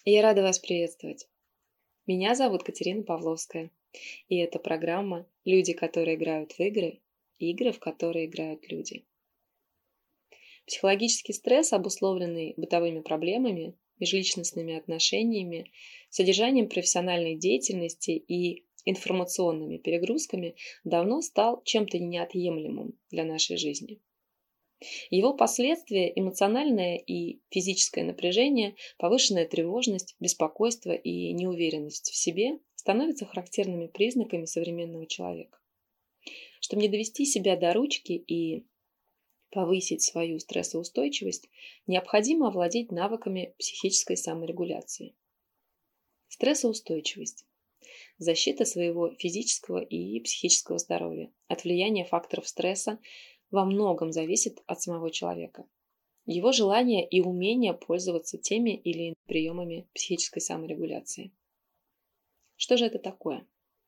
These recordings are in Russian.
Я рада вас приветствовать. Меня зовут Катерина Павловская, и это программа «Люди, которые играют в игры, игры, в которые играют люди». Психологический стресс, обусловленный бытовыми проблемами, межличностными отношениями, содержанием профессиональной деятельности и информационными перегрузками, давно стал чем-то неотъемлемым для нашей жизни. Его последствия – эмоциональное и физическое напряжение, повышенная тревожность, беспокойство и неуверенность в себе становятся характерными признаками современного человека. Чтобы не довести себя до ручки и повысить свою стрессоустойчивость, необходимо овладеть навыками психической саморегуляции. Стрессоустойчивость – защита своего физического и психического здоровья от влияния факторов стресса во многом зависит от самого человека, его желания и умения пользоваться теми или иными приемами психической саморегуляции. Что же это такое?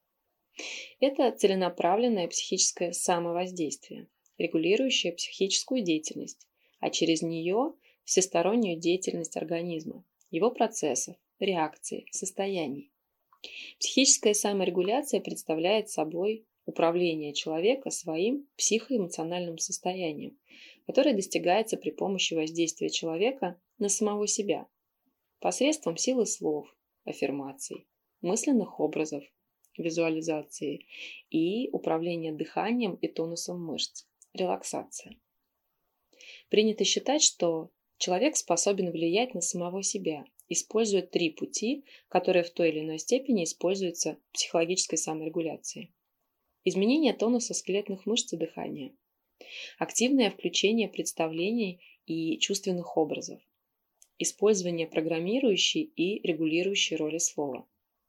Это целенаправленное психическое самовоздействие, регулирующее психическую деятельность, а через нее всестороннюю деятельность организма, его процессов, реакций, состояний. Психическая саморегуляция представляет собой управление человека своим психоэмоциональным состоянием, которое достигается при помощи воздействия человека на самого себя посредством силы слов, аффирмаций, мысленных образов, визуализации и управления дыханием и тонусом мышц, релаксация. Принято считать, что человек способен влиять на самого себя, используя 3 пути, которые в той или иной степени используются в психологической саморегуляции. Изменение тонуса скелетных мышц и дыхания, активное включение представлений и чувственных образов, использование программирующей и регулирующей роли слова.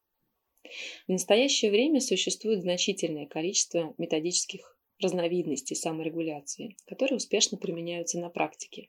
В настоящее время существует значительное количество методических разновидностей саморегуляции, которые успешно применяются на практике.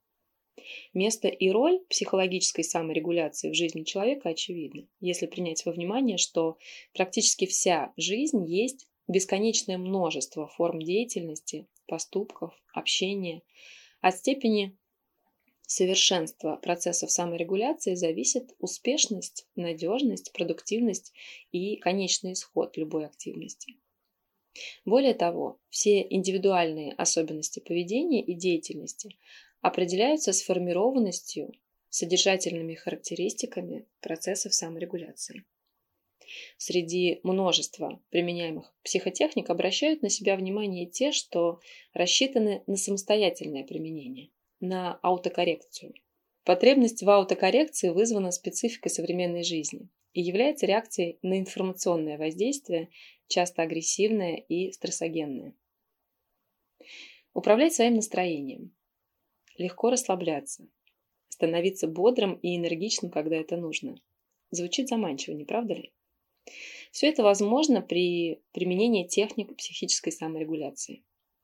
Место и роль психологической саморегуляции в жизни человека очевидны, если принять во внимание, что практически вся жизнь есть бесконечное множество форм деятельности, поступков, общения. От степени совершенства процессов саморегуляции зависит успешность, надежность, продуктивность и конечный исход любой активности. Более того, все индивидуальные особенности поведения и деятельности определяются сформированностью, содержательными характеристиками процессов саморегуляции. Среди множества применяемых психотехник обращают на себя внимание те, что рассчитаны на самостоятельное применение, на аутокоррекцию. Потребность в аутокоррекции вызвана спецификой современной жизни и является реакцией на информационное воздействие, часто агрессивное и стрессогенное. Управлять своим настроением, легко расслабляться, становиться бодрым и энергичным, когда это нужно. Звучит заманчиво, не правда ли? Все это возможно при применении техник психической саморегуляции.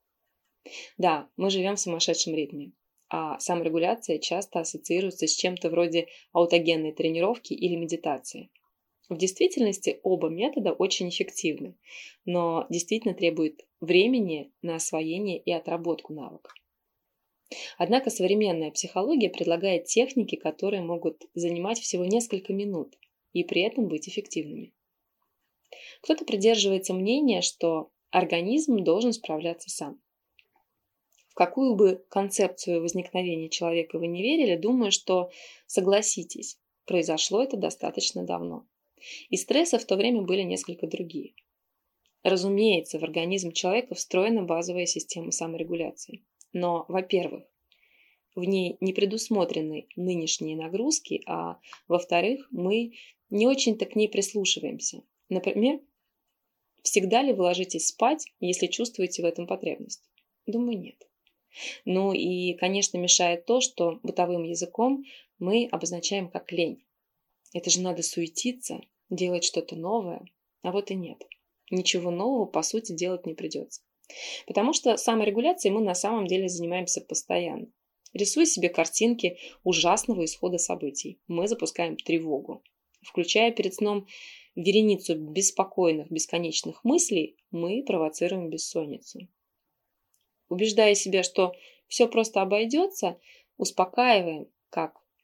Да, мы живем в сумасшедшем ритме, а саморегуляция часто ассоциируется с чем-то вроде аутогенной тренировки или медитации. В действительности оба метода очень эффективны, но действительно требуют времени на освоение и отработку навыка. Однако современная психология предлагает техники, которые могут занимать всего несколько минут и при этом быть эффективными. Кто-то придерживается мнения, что организм должен справляться сам. В какую бы концепцию возникновения человека вы не верили, думаю, что согласитесь, произошло это достаточно давно. И стрессы в то время были несколько другие. Разумеется, в организм человека встроена базовая система саморегуляции. Но, во-первых, в ней не предусмотрены нынешние нагрузки, а во-вторых, мы не очень-то к ней прислушиваемся. Например, всегда ли вы ложитесь спать, если чувствуете в этом потребность? Думаю, нет. Ну и, конечно, мешает то, что бытовым языком мы обозначаем как лень. Это же надо суетиться, делать что-то новое. А вот и нет. Ничего нового, по сути, делать не придется. Потому что саморегуляцией мы на самом деле занимаемся постоянно. Рисуя себе картинки ужасного исхода событий, мы запускаем тревогу. Включая перед сном вереницу беспокойных, бесконечных мыслей, мы провоцируем бессонницу. Убеждая себя, что все просто обойдется, успокаиваем, как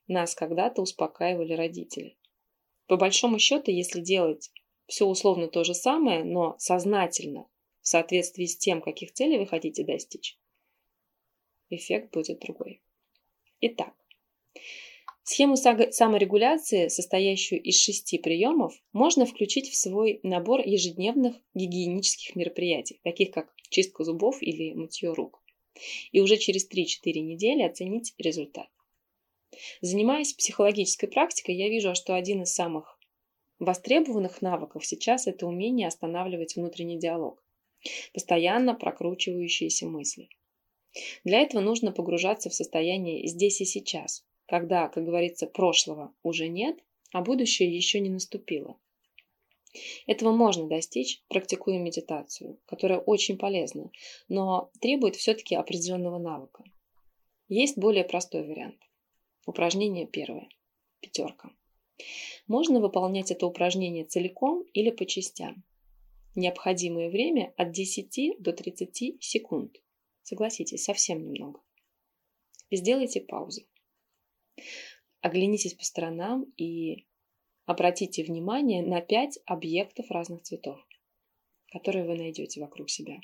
нас когда-то успокаивали родители. По большому счету, если делать все условно то же самое, но сознательно, в соответствии с тем, каких целей вы хотите достичь, эффект будет другой. Итак, схему саморегуляции, состоящую из 6 приемов, можно включить в свой набор ежедневных гигиенических мероприятий, таких как чистка зубов или мытье рук. И уже через 3-4 недели оценить результат. Занимаясь психологической практикой, я вижу, что один из самых востребованных навыков сейчас – это умение останавливать внутренний диалог, постоянно прокручивающиеся мысли. Для этого нужно погружаться в состояние здесь и сейчас, когда, как говорится, прошлого уже нет, а будущее еще не наступило. Этого можно достичь, практикуя медитацию, которая очень полезна, но требует все-таки определенного навыка. Есть более простой вариант. Упражнение первое. 5. Можно выполнять это упражнение целиком или по частям. Необходимое время от 10 до 30 секунд. Согласитесь, совсем немного. Сделайте паузу. Оглянитесь по сторонам и обратите внимание на 5 объектов разных цветов, которые вы найдете вокруг себя.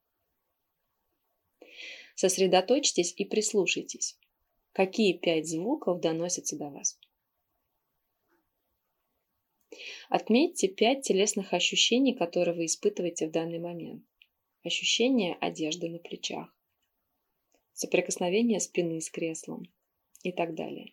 Сосредоточьтесь и прислушайтесь, какие 5 звуков доносятся до вас. Отметьте 5 телесных ощущений, которые вы испытываете в данный момент. Ощущение одежды на плечах, соприкосновение спины с креслом и так далее.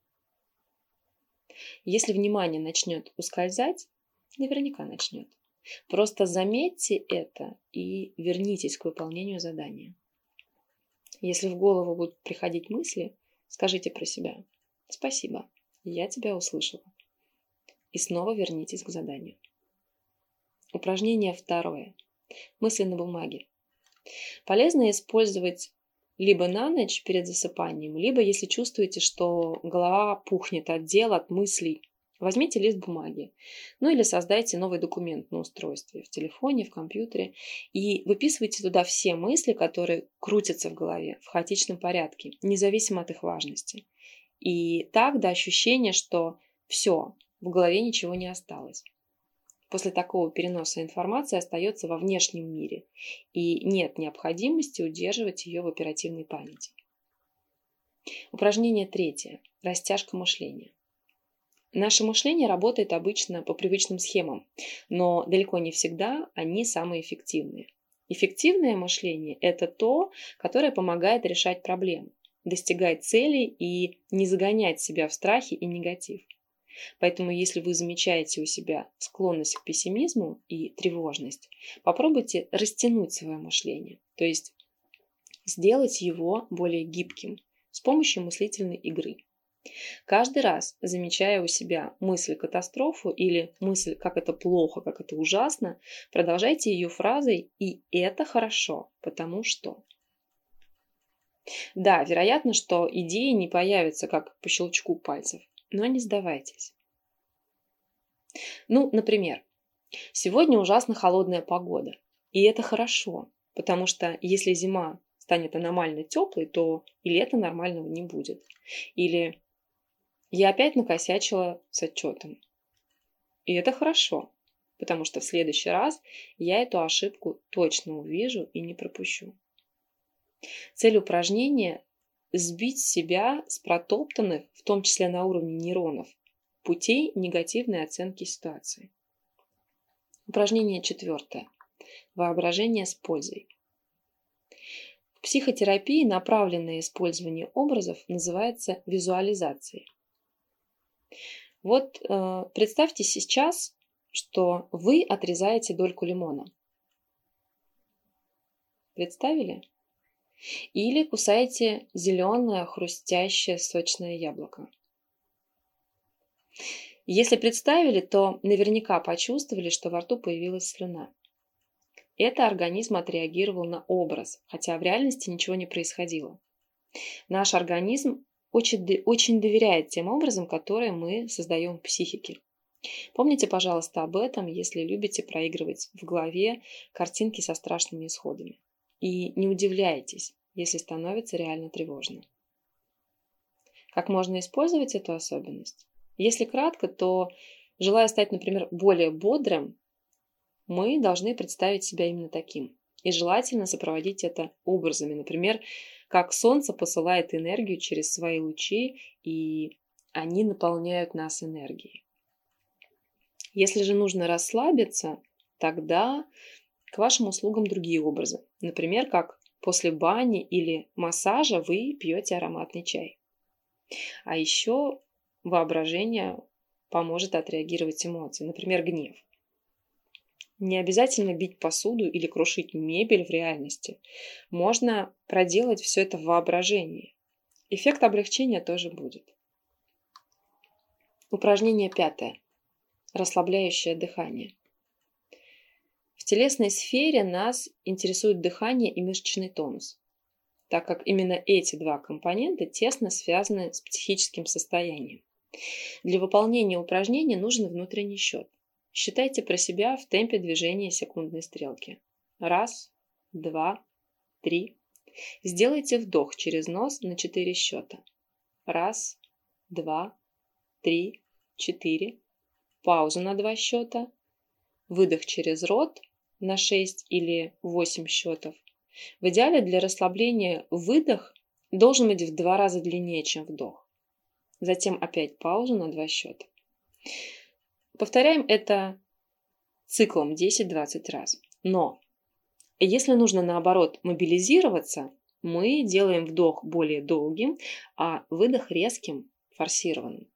Если внимание начнет ускользать, наверняка начнет. Просто заметьте это и вернитесь к выполнению задания. Если в голову будут приходить мысли, скажите про себя: «Спасибо, я тебя услышала». И снова вернитесь к заданию. Упражнение 2. Мысли на бумаге. Полезно использовать либо на ночь перед засыпанием, либо если чувствуете, что голова пухнет от дел, от мыслей. Возьмите лист бумаги, или создайте новый документ на устройстве, в телефоне, в компьютере, и выписывайте туда все мысли, которые крутятся в голове в хаотичном порядке, независимо от их важности. И так до ощущения, что все, в голове ничего не осталось. После такого переноса информации остается во внешнем мире, и нет необходимости удерживать ее в оперативной памяти. Упражнение 3. Растяжка мышления. Наше мышление работает обычно по привычным схемам, но далеко не всегда они самые эффективные. Эффективное мышление – это то, которое помогает решать проблемы, достигать целей и не загонять себя в страхи и негатив. Поэтому, если вы замечаете у себя склонность к пессимизму и тревожность, попробуйте растянуть свое мышление, то есть сделать его более гибким с помощью мыслительной игры. Каждый раз, замечая у себя мысль катастрофу или мысль как это плохо, как это ужасно, продолжайте ее фразой «и это хорошо, потому что». Да, вероятно, что идеи не появятся как по щелчку пальцев, но не сдавайтесь. Например, сегодня ужасно холодная погода, и это хорошо, потому что если зима станет аномально теплой, то и лета нормального не будет. Или я опять накосячила с отчетом, и это хорошо, потому что в следующий раз я эту ошибку точно увижу и не пропущу. Цель упражнения – сбить себя с протоптанных, в том числе на уровне нейронов, путей негативной оценки ситуации. Упражнение 4. Воображение с пользой. В психотерапии направленное использование образов называется визуализацией. Вот представьте сейчас, что вы отрезаете дольку лимона. Представили? Или кусаете зеленое, хрустящее, сочное яблоко. Если представили, то наверняка почувствовали, что во рту появилась слюна. Это организм отреагировал на образ, хотя в реальности ничего не происходило. Наш организм очень доверяет тем образом, которые мы создаем в психике. Помните, пожалуйста, об этом, если любите проигрывать в голове картинки со страшными исходами. И не удивляйтесь, если становится реально тревожно. Как можно использовать эту особенность? Если кратко, то, желая стать, например, более бодрым, мы должны представить себя именно таким. И желательно сопроводить это образами. Например, как солнце посылает энергию через свои лучи, и они наполняют нас энергией. Если же нужно расслабиться, тогда к вашим услугам другие образы. Например, как после бани или массажа вы пьете ароматный чай. А еще воображение поможет отреагировать эмоции, например, гнев. Не обязательно бить посуду или крушить мебель в реальности. Можно проделать все это в воображении. Эффект облегчения тоже будет. Упражнение 5. Расслабляющее дыхание. В телесной сфере нас интересует дыхание и мышечный тонус, так как именно эти два компонента тесно связаны с психическим состоянием. Для выполнения упражнения нужен внутренний счет. Считайте про себя в темпе движения секундной стрелки. 1, 2, 3. Сделайте вдох через нос на 4 счета. 1, 2, 3, 4. Паузу на 2 счета. Выдох через рот на 6 или 8 счетов. В идеале для расслабления выдох должен быть в 2 раза длиннее, чем вдох. Затем опять паузу на 2 счета. Повторяем это циклом 10-20 раз. Но если нужно наоборот мобилизироваться, мы делаем вдох более долгим, а выдох резким, форсированным.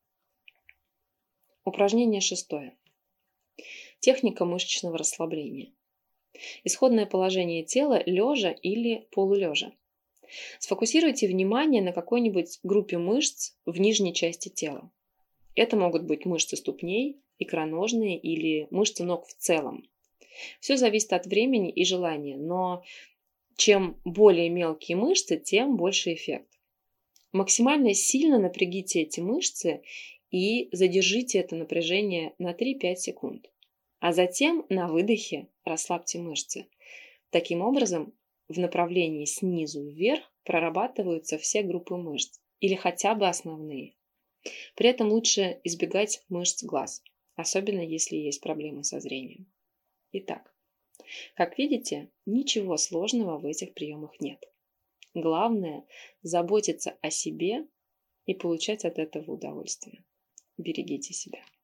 Упражнение 6. Техника мышечного расслабления. Исходное положение тела лежа или полулежа. Сфокусируйте внимание на какой-нибудь группе мышц в нижней части тела. Это могут быть мышцы ступней, икроножные или мышцы ног в целом. Все зависит от времени и желания, но чем более мелкие мышцы, тем больше эффект. Максимально сильно напрягите эти мышцы и задержите это напряжение на 3-5 секунд. А затем на выдохе расслабьте мышцы. Таким образом, в направлении снизу вверх прорабатываются все группы мышц или хотя бы основные. При этом лучше избегать мышц глаз, особенно если есть проблемы со зрением. Итак, как видите, ничего сложного в этих приемах нет. Главное – заботиться о себе и получать от этого удовольствие. Берегите себя.